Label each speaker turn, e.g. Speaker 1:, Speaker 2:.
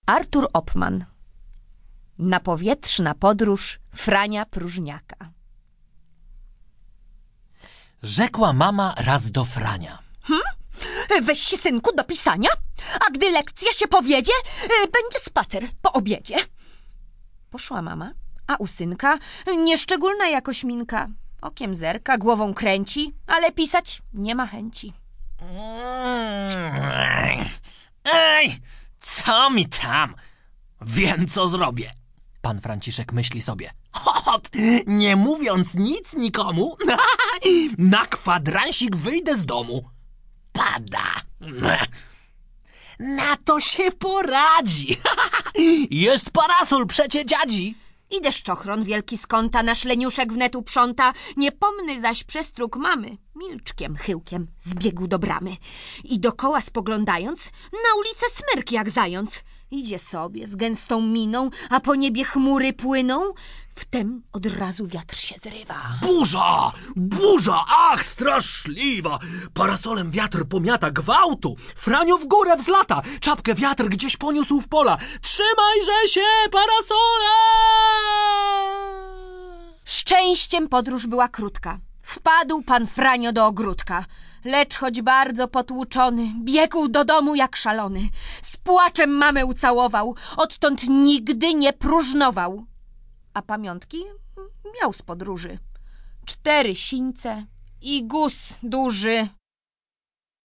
Speaker 1: Artur Oppmann. Napowietrzna podróż Frania Próżniaka.
Speaker 2: Rzekła mama raz do Frania.
Speaker 3: Weź się, synku, do pisania, a gdy lekcja się powiedzie, będzie spacer po obiedzie.
Speaker 1: Poszła mama, a u synka nieszczególna jakoś minka. Okiem zerka, głową kręci, ale pisać nie ma chęci.
Speaker 2: Ej, co mi tam? Wiem, co zrobię. Pan Franciszek myśli sobie. Hot, nie mówiąc nic nikomu, na kwadransik wyjdę z domu. Pada. Na to się poradzi. Jest parasol przecie dziadzi.
Speaker 1: I deszczochron wielki z kąta nasz leniuszek wnet uprząta. Niepomny zaś przestrug mamy milczkiem, chyłkiem zbiegł do bramy. I dokoła spoglądając, na ulicę smyrk jak zając. Idzie sobie z gęstą miną, a po niebie chmury płyną. Wtem od razu wiatr się zrywa.
Speaker 2: Burza! Burza! Ach, straszliwa! Parasolem wiatr pomiata gwałtu. Franio w górę wzlata. Czapkę wiatr gdzieś poniósł w pola. Trzymajże się, parasole!
Speaker 1: Szczęściem podróż była krótka. Wpadł pan Franio do ogródka. Lecz choć bardzo potłuczony, biegł do domu jak szalony. Z płaczem mamę ucałował, odtąd nigdy nie próżnował. A pamiątki miał z podróży. 4 sińce i guz duży.